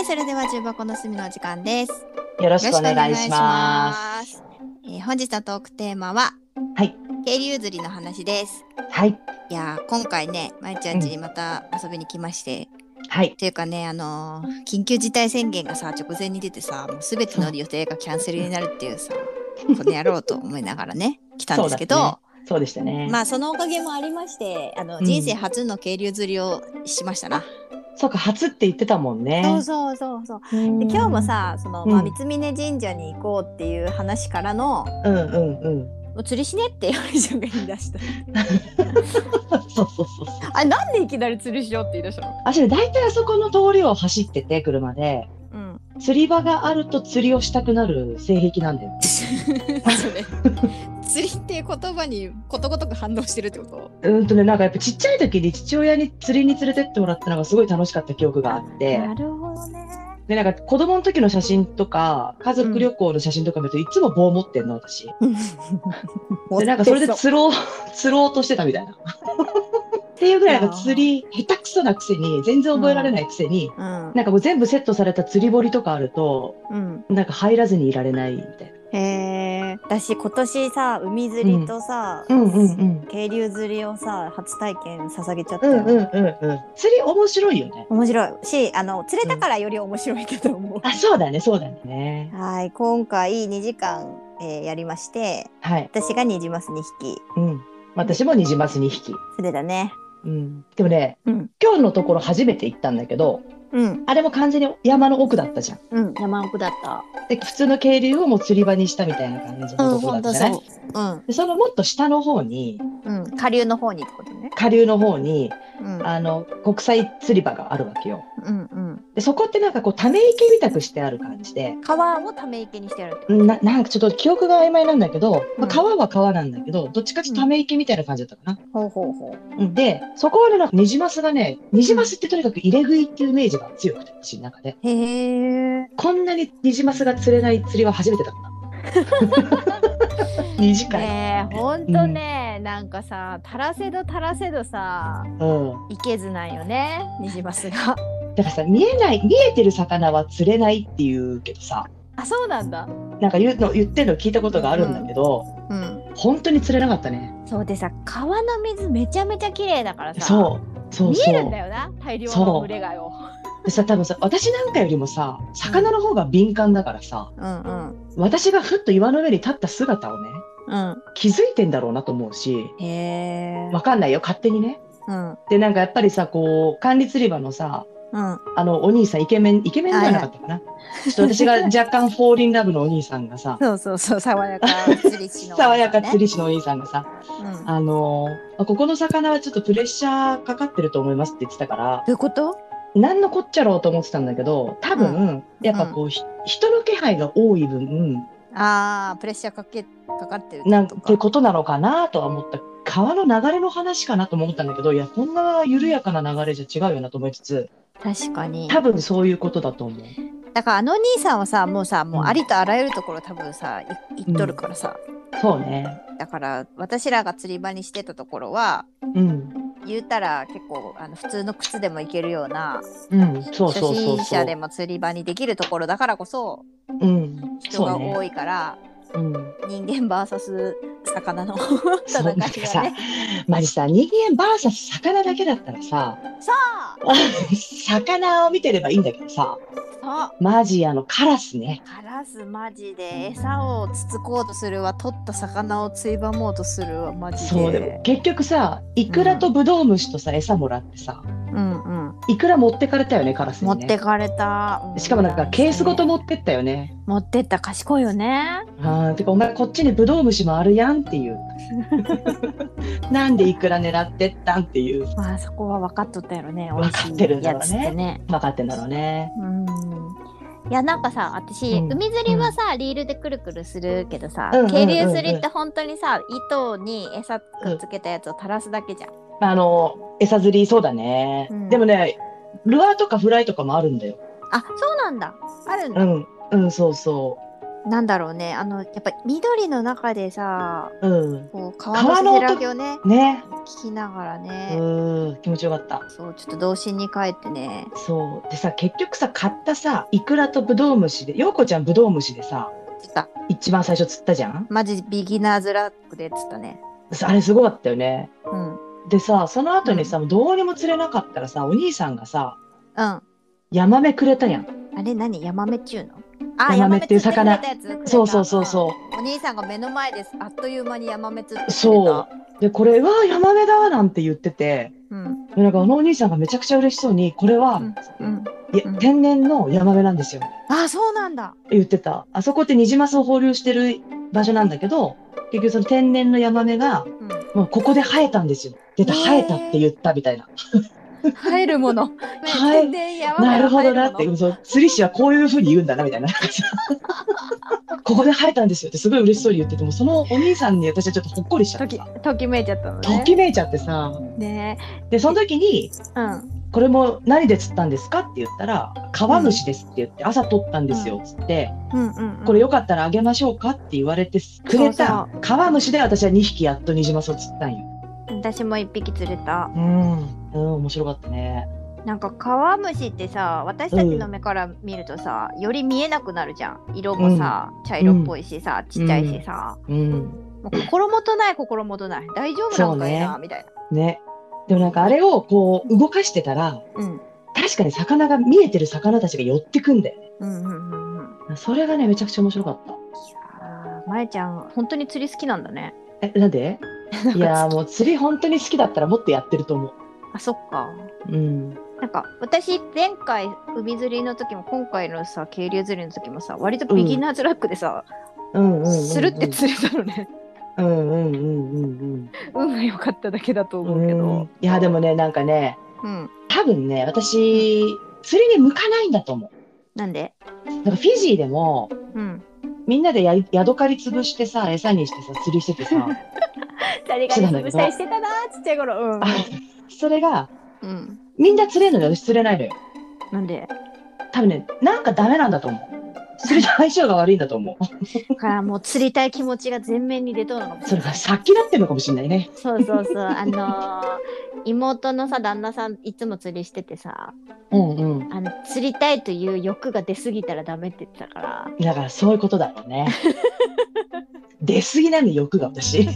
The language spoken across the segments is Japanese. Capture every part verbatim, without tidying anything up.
それでは重箱の隅のお時間です。 よろしくお願いします。 えー、本日のトークテーマは、 はい。 渓流釣りの話です。 はい。 いやー、今回ね、まいちゃん家にまた遊びに来まして、 うん、はい。 っていうかね、あのー、緊急事態宣言がさ、直前に出てさ、もうすべての予定がキャンセルになるっていうさ、このやろうと思いながらね、来たんですけど、 そうね、そうでしたね。 まあ、そのおかげもありまして、あの、 うん、 人生初の渓流釣りをしましたな。 そうか、初って言ってたもんね。 そうそうそうそう。で、今日もさ、その、まあ、三峯神社に行こうっていう話からの、 うんうんうん。 もう釣りしねってヨリちゃんが言い出した。 そうそうそうそう。 あれ、なんでいきなり釣りしようって言い出したの？ あ、それ大体あそこの通りを走ってて、車で。うん。釣り場があると釣りをしたくなる性癖なんだよ。それ釣りっていう言葉にことごとく反応してるってこと？ うんとね、なんかやっぱちっちゃい時に父親に釣りに連れてってもらったのがすごい楽しかった記憶があって。 なるほどね。 で、なんか子供の時の写真とか家族旅行の写真とか見るといつも棒持ってんの私。で、なんかそれで釣ろう釣ろうとしてたみたいな。っていうぐらいなんか釣り下手くそなくせに全然覚えられないくせに、うん、なんかもう全部セットされた釣り堀とかあると、うん、なんか入らずにいられないみたいな。 へー。私今年さ、海釣りとさ、うんうんうんうん、渓流釣りをさ、初体験捧げちゃったよ。うんうんうんうん。釣り面白いよね。 面白いし、あの釣れたからより面白いけど思う。 うん、あ、そうだねそうだね。 はい、今回にじかん、えー、やりまして、はい、私がニジマスにひき、 うん、私もニジマスにひき。 それだね。 うん、でもね、うん、今日のところ初めて行ったんだけど、うん、あれも完全に山の奥だったじゃん。 うん、山奥だった。 で、普通の渓流をもう釣り場にしたみたいな感じのところだったじゃない？うん、うん、でそのもっと下の方に、 うん、下流の方にってことね。 下流の方に、うん、あの国際釣り場があるわけよ。うんうん、でそこってなんかこうため池みたくしてある感じで、 川をため池にしてあるってこと？ ななんかちょっと記憶が曖昧なんだけど、うん、まあ、川は川なんだけどどっちかっていうとため池みたいな感じだったかな。 うん、ほうほうほう。 でそこはね、なんかニジマスがね、ニジマスってとにかく入れ食いっていうイメージが強くて、私の中で。へー。こんなにニジマスが釣れない釣りは初めてだった。短い。 ねえ、ほんとね、うん、なんかさ、垂らせど垂らせどさ、うん、いけずないよね、ニジマスが。 だからさ、見えない、見えてる魚は釣れないっていうけどさ。 あ、そうなんだ。 なんか言うの、言ってるの聞いたことがあるんだけど、うんうん、本当に釣れなかったね。 そうでさ、川の水めちゃめちゃ綺麗だからさ、 そうそうそう、 見えるんだよな、大量の群れがよ。 でさ、多分さ、私なんかよりもさ、魚の方が敏感だからさ、うんうん、私がふっと岩の上に立った姿をね、うん、気づいてんだろうなと思うし、へー、わかんないよ、勝手にね。うん、で、なんかやっぱりさ、こう、管理釣り場のさ、うん、あの、お兄さん、イケメン、イケメンではなかったかな。ちょっと私が若干フォーリンラブのお兄さんがさ、 そうそうそう、爽やか釣り師の、 ね、爽やか釣り師のお兄さんがさ、うん、あのー、ここの魚はちょっとプレッシャーかかってると思いますって言ってたから、 どういうこと？ 何のこっちゃろうと思ってたんだけど、多分、うん、やっぱこう、うん、人の気配が多い分、 あー、プレッシャーかけかかってるなんてことなのかなとは思った。川の流れの話かなと思ったんだけど、いや、こんな緩やかな流れじゃ違うよなと思いつつ、 確かに多分そういうことだと思う。 だからあの兄さんはさ、もうさ、もうありとあらゆるところ多分さ、行っとるからさ、 うん、そうね。 だから私らが釣り場にしてたところは、うん、言うたら結構あの普通の靴でも行けるような、うん、そうそうそうそう、初心者でも釣り場にできるところだからこそ、うん、人が多いから、うん、人間 ブイエス 魚の戦いがね。 マジさ、人間 ブイエス 魚だけだったらさ、 さあ魚を見てればいいんだけどさ、マジあのカラスね。 カラスマジで餌をつつこうとするわ、取った魚をついばもうとするわ、マジで。 そうでも結局さ、イクラとブドウムシとさ、うん、餌もらってさ、うんうん、イクラ持ってかれたよね、カラスにね。 持ってかれた、 うん、しかもなんかケースごと持ってったよね。 持ってった、賢いよね。 あ、てかお前こっちにブドウムシもあるやんっていうなんでイクラ狙ってったんっていう。 まあそこは分かっとったやろね。 分かってるんだろうね。ね、分かってんだろうね。うん、 いやなんかさ、私、うん、海釣りはさ、うん、リールでくるくるするけどさ、うん、渓流釣りって本当にさ、糸に餌くっつけたやつを垂らすだけじゃん。 うん、あの餌釣り、そうだね、うん、でもね、ルアーとかフライとかもあるんだよ。 あ、そうなんだ、あるんだ。 うんうん、そうそう。 なんだろうね、あのやっぱり緑の中でさ、うん、こう川のせらぎをね、 ね聞きながらね、 うん気持ちよかった。 そうちょっと童心に帰ってね。 そうでさ、結局さ、買ったさイクラとブドウ虫で、ようこちゃんブドウ虫でさ釣った、 一番最初釣ったじゃん。 マジビギナーズラックで釣ったね。 あれすごかったよね。うん、でさ、その後にさ、うん、どうにも釣れなかったらさ、お兄さんがさ、うん、ヤマメくれたやん。 あれ何、ヤマメっちゅうの？ あ、ヤマメっていう魚。そうそうそうそう。 お兄さんが目の前です。あっという間にヤマメ釣ってくれた。 そう。で、これはヤマメだなんて言ってて、うん、でなんかあのお兄さんがめちゃくちゃ嬉しそうに、これは、うんうんいや天然のヤマメなんですよ。 あ、そうなんだ。 言ってた。あそこってニジマスを放流してる場所なんだけど、結局その天然のヤマメが、うん、もうここで生えたんですよ。出た、生えたって言ったみたいな。 生えるもの。 はい。なるほどなって、そう釣り師はこういうふうに言うんだなみたいな。ここで生えたんですよってすごい嬉しそうに言ってても、そのお兄さんに私はちょっとほっこりしちゃってさ。 ときめいちゃったのね。 ときめいちゃってさ。ね。でその時に、うん、これも何で釣ったんですかって言ったら、川虫ですって言って、朝取ったんですよっつって、これよかったらあげましょうかって言われてくれた川虫で、私はにひきやっとニジマスを釣ったんよ。 私もいっぴき釣れた。 うん、うん、面白かったね。 なんかカワムシってさ、私たちの目から見るとさ、うん、より見えなくなるじゃん。色もさ、うん、茶色っぽいしさ、ちっちゃいしさ、うん、もう心もとない心もとない、大丈夫なのかいな、ね、みたいな。 ね。でもなんかあれをこう動かしてたら、うん、確かに魚が見えてる魚たちが寄ってくんだよね。うんうんうんうん。それがねめちゃくちゃ面白かった。いやー、まえちゃん本当に釣り好きなんだね。 え、なんで？いやーもう釣り本当に好きだったらもっとやってると思う。 あ、そっか。うん。なんか私前回海釣りの時も今回のさ渓流釣りの時もさ、割とビギナーズラックでさ、スルって釣れたのね。うんうんうんうんうん。運が良かっただけだと思うけど。うん、 いやでもね、なんかね、うん、多分ね私釣りに向かないんだと思う。 なんで？ なんかフィジーでも、うん、みんなでやヤドカリ潰してさ餌にしてさ釣りしててさ。 誰が潰したりしてたなちっちゃい頃。うん、 それが、うん、みんな釣れるのよ、私釣れないのよ。 なんで？ 多分ね、なんかダメなんだと思う。釣りと相性が悪いんだと思う。 だからもう釣りたい気持ちが前面に出とるのかもしれない。 それがさっきなってるのかもしれないね。 そうそうそう。あのー、妹のさ旦那さんいつも釣りしててさ、うんうん、あの釣りたいという欲が出過ぎたらダメって言ってたから。 だからそういうことだろうね。出過ぎなんで欲が私。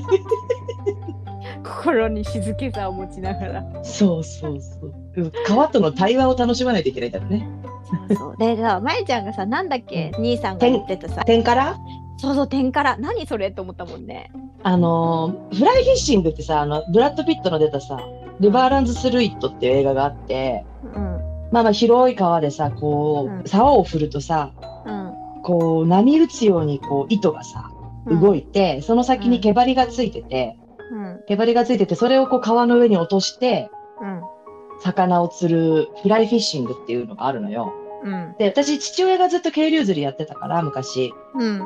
心に静けさを持ちながら。 そうそうそう。川との対話を楽しまないといけないんだろうね。 そうそう。でさ、まゆちゃんがさ、なんだっけ、うん、兄さんが言ってたさ。 天からそうそう、天から。何それって思ったもんね。 あのー、フライフィッシングってさ、あのブラッド・ピットの出たさ、リバーランズ・スルイットっていう映画があって、うん、まあまあ広い川でさ、こう、うん、竿を振るとさ、うん、こう波打つようにこう糸がさ、動いて、うん、その先に毛針がついてて、うん、毛針がついてて、それをこう川の上に落として、うん、魚を釣るフライフィッシングっていうのがあるのよ。うん、で、私父親がずっと渓流釣りやってたから昔、うんうん、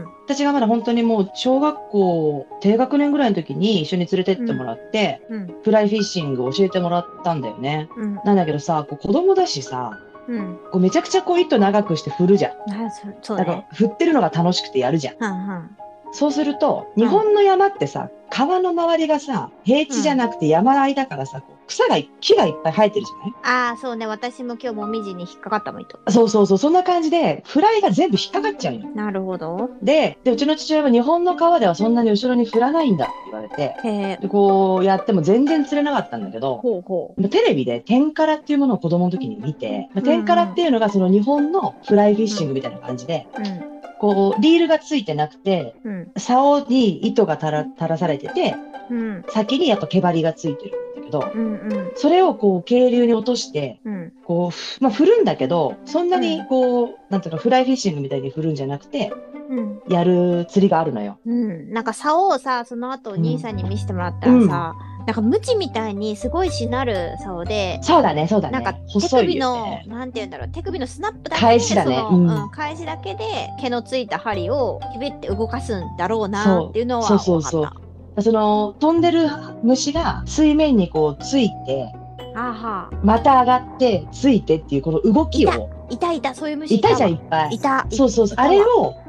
私がまだ本当にもう小学校低学年ぐらいの時に一緒に連れてってもらって、うん、フライフィッシングを教えてもらったんだよね。うん、なんだけどさ、こう子供だしさ、うん、こうめちゃくちゃこう糸長くして振るじゃん。あ、そ、そうね、だから振ってるのが楽しくてやるじゃん。うんうん、そうすると日本の山ってさ、川の周りがさ平地じゃなくて山あいだからさ、こう草が木がいっぱい生えてるじゃない？ ああ、そうね。私も今日もみじに引っかかったもん糸。 そうそうそう、そんな感じでフライが全部引っかかっちゃうよ。 なるほど。 で、でうちの父親は日本の川ではそんなに後ろに振らないんだって言われて、へでこうやっても全然釣れなかったんだけど、ほうほう、テレビで天からっていうものを子供の時に見て、まあ、天からっていうのがその日本のフライフィッシングみたいな感じで、うんうん、こうリールがついてなくて、うん、竿に糸が垂ら、垂らされてて、うん、先にやっぱ毛針がついてるんだけど、うんうん、それをこう渓流に落として、うん、こうまあ、振るんだけどそんなにこう、うん、なんていうのフライフィッシングみたいに振るんじゃなくて、うん、やる釣りがあるのよ。 うん、なんか竿をさその後お兄さんに見せてもらったらさ、うん、なんかムチみたいにすごいしなる竿で、 そうだねそうだね、 なんか手首の、ね、なんていうんだろう、手首のスナップだけで返しだね、 うんうん、返しだけで毛のついた針をひびって動かすんだろうなっていうのは分かった。そうそうそう、 その飛んでる虫が水面にこうついて、あはまた上がってついてっていうこの動きを、 いたいた、そういう虫いたじゃんいっぱい。 いた、 そうそうそう、あれを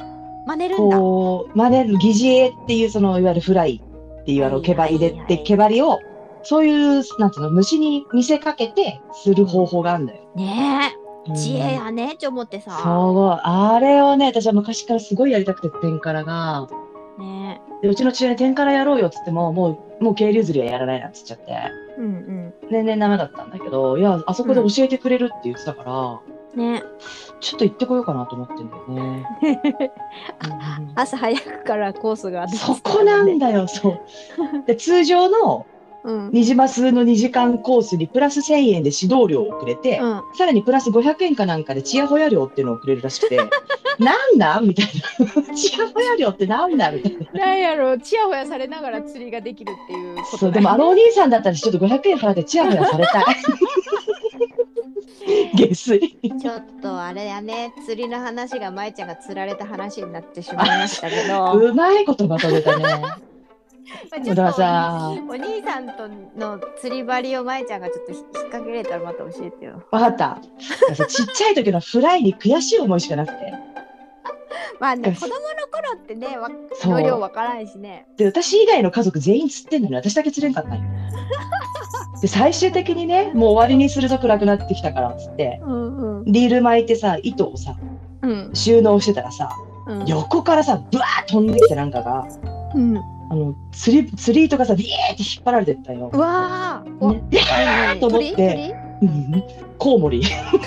真似るんだ。 こう真似る疑似餌っていうそのいわゆるフライっていうあの毛針でって毛針をそういうなんていうの虫に見せかけてする方法があるんだよ。 ねえ、知恵やねって思ってさ。 そう、あれをね私は昔からすごいやりたくて天からが。ねでうちの父親に天からやろうよっつってももうもう渓流釣りはやらないなっつっちゃって、うんうん、全然ダメだったんだけどいやあそこで教えてくれるって言ってたから、うん、ねちょっと行ってこようかなと思ってんだよね。 朝早くからコースがあって、ね、 そこなんだよ。そうで通常のニジマスのにじかんコースにプラスせんえんで指導料をくれて、うん、さらにプラスごひゃくえんかなんかでチヤホヤ料っていうのをくれるらしくてなんだみたいなチヤホヤ料ってなんだみたいな。 なんやろチヤホヤされながら釣りができるっていうこと、ね、 そうでもあのお兄さんだったらちょっとごひゃくえん払ってチヤホヤされたい下水ちょっとあれやね釣りの話がまえちゃんが釣られた話になってしまいましたけどうまいことまとめたねまあ、ちょっとお兄さんとの釣り針をまえちゃんがちょっと引っ掛けれたらまた教えてよ。 分かった。ちっちゃい時のフライに悔しい思いしかなくてまあね子供の頃ってねの量わからないしね。 で私以外の家族全員釣ってんのに私だけ釣れんかったんよで最終的にねもう終わりにすると暗くなってきたからっつって、うんうん、リール巻いてさ糸をさ、うん、収納してたらさ、うん、横からさブワーッ飛んできてなんかが、うん、あの釣り釣り糸がさビエーって引っ張られてったよ。 うわー、 ね、ビャーと思ってコウモリ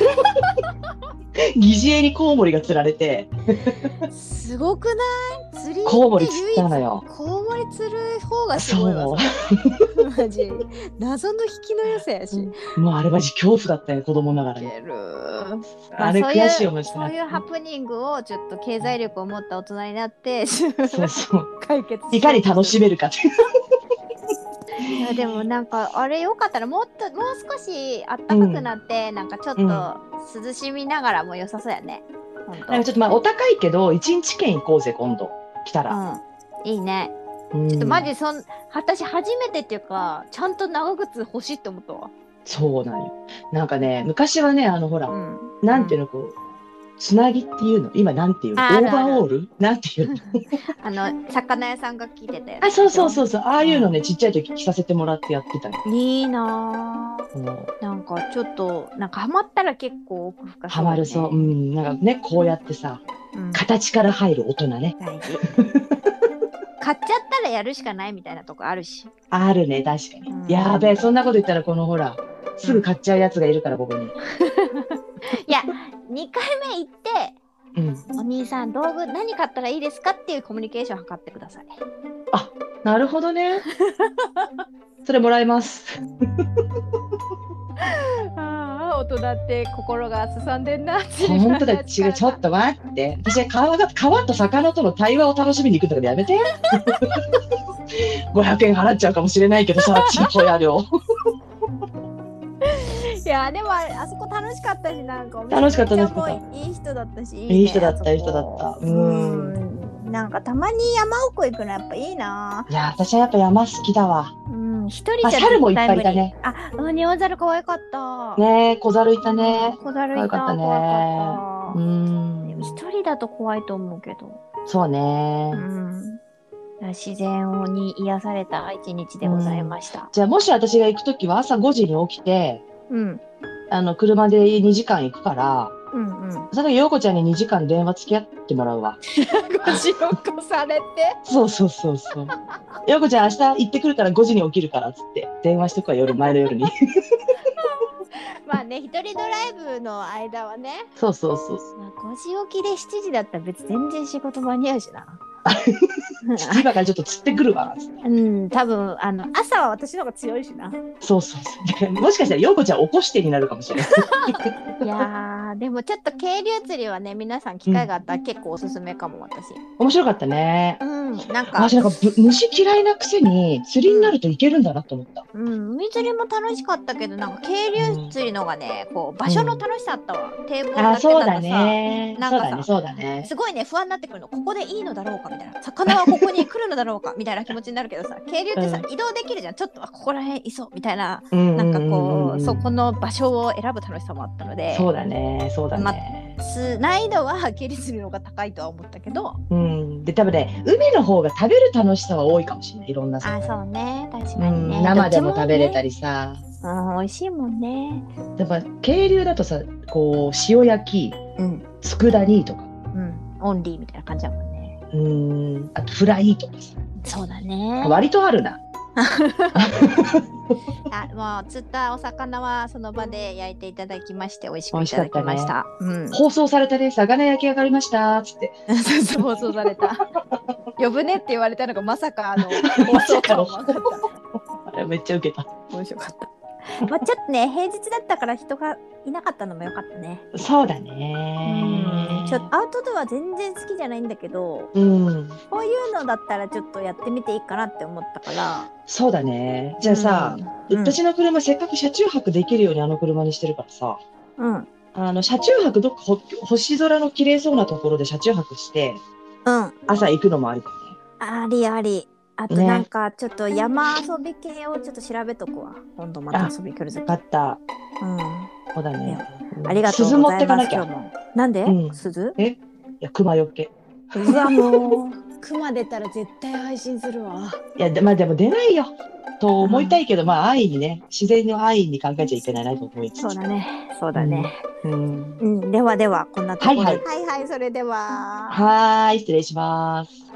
疑似餌にコウモリが釣られてすごくない釣りコウモリ釣ったのよ。 コウモリ釣る方がすごいわマジ謎の引きの良さやし、 うん、もうあれマジ恐怖だったよ子供ながらに。あれ悔しい思いしたそういうハプニングをちょっと経済力を持った大人になってそうそう解決いかに楽しめるかっていやでもなんかあれよかったらもっともう少しあったかくなって、うん、なんかちょっと涼しみながらも良さそうやね、 うん、なんかちょっとまあお高いけど一日券行こうぜ今度来たら、 うん、いいね、うん、ちょっとマジそん私初めてっていうかちゃんと長靴欲しいって思ったわ。 そうなんよ。なんかね昔はねあのほら、うん、なんていうのこうつなぎっていうの今なんていうのオーバーオールなんていうのあの魚屋さんが着てたやつ。 あそうそうそうそうああいうのね、うん、ちっちゃい時着させてもらってやってたの。 いいなぁ、うん、なんかちょっとなんかハマったら結構奥深そう、ね、 ハマるそう、うん、なんかねこうやってさ、うん、形から入る大人ね大事買っちゃったらやるしかないみたいなとこあるし。 あるね確かに、うん、やべえそんなこと言ったらこのほらすぐ買っちゃうやつがいるから僕にいやにかいめ行って、うん、お兄さん道具何買ったらいいですかっていうコミュニケーションを図ってください。 あなるほどねそれもらいますああ大人って心がすさんでんな。 本当だ違うちょっと待って私は川が川と魚との対話を楽しみに行くんだからやめてごひゃくえん払っちゃうかもしれないけどさちっぽや量いやでもあれあそこ楽しかったしなんか楽しかったですいい人だったしいい、 ね、いい人だったいい人だったうんなんかたまに山奥行くのやっぱいいな。 いや私はやっぱ山好きだわ。 うん一人じゃ猿もいっぱいいたね。 あウニオザル可愛かったね小猿いたね。 小猿いた可愛かったね。怖かったうん一人だと怖いと思うけどそうねうん自然に癒された一日でございました、うん、 じゃあもし私が行くときは朝ごじに起きて、うん、あの車でにじかん行くから、うんうん、それで陽子ちゃんににじかん電話付き合ってもらうわごじ起こされてそうそうそうそう陽子ちゃん明日行ってくるからごじに起きるからっつって電話しとくわ夜前の夜にまあね一人ドライブの間はねそうそうそうまあ、ごじ起きでしちじだったら別に全然仕事間に合うしな今からちょっと釣ってくるわうん多分あの朝は私の方が強いしな。 そうそうそうもしかしたら陽子ちゃん起こしてになるかもしれないいやでもちょっと渓流釣りはね皆さん機会があったら結構おすすめかも、うん、私面白かったね。 うんなんか私なんか虫嫌いなくせに釣りになるといけるんだなと思った。 うん、うん、海釣りも楽しかったけどなんか渓流釣りのがね、うん、こう場所の楽しさあったわ、うん、テーブルだけだとさそうだねなんかさそうだねそうだねすごいね不安になってくるのここでいいのだろうかみたいな魚はここに来るのだろうかみたいな気持ちになるけどさ渓流ってさ、うん、移動できるじゃんちょっとここら辺いそうみたいな、うん、なんかこうそこの場所を選ぶ楽しさもあったのでそうだねそうだね、 難易度はケリ釣りの方が高いとは思ったけど、 うん、で多分ね海の方が食べる楽しさは多いかもしれない。いろんなあそうね確かにね、 うん、生でも食べれたりさ、 ね、うん、美味しいもんね。 やっぱ渓流だとさこう塩焼き、うん、佃煮とか、 うん、オンリーみたいな感じだもんね。 うん、あとフライとかさ。 そうだね割とあるな。 あもう釣ったお魚はその場で焼いていただきまして美味しくいただきました。 美味しかったね。うん、放送されたね魚焼き上がりましたっつって放送された呼ぶねって言われたのがまさかあの放送かも分かっためっちゃウケた。 面白かった。まあちょっとね平日だったから人がいなかったのも良かったね。 そうだね。 ちょっとアウトドア全然好きじゃないんだけど、うん、こういうのだったらちょっとやってみていいかなって思ったから。 そうだね。じゃあさ、うん、私の車せっかく車中泊できるようにあの車にしてるからさ、うん、あの車中泊どっか星空の綺麗そうなところで車中泊して、うん、朝行くのもありだね。 ありあり。あとなんかちょっと山遊び系をちょっと調べとくわ。今度また遊び来るとき。 あった。 うん。 そうだね。 ありがとうございます。今日も。なんで？鈴？ え？いや熊よけ。 うわもう熊出たら絶対配信するわ。 いやでまあでも出ないよと思いたいけど、まあ安易にね自然の安易に考えちゃいけないなと思いつつ。 そうだね。そうだね。うん。ではではこんなところで。はいはいそれでは。 はい失礼します。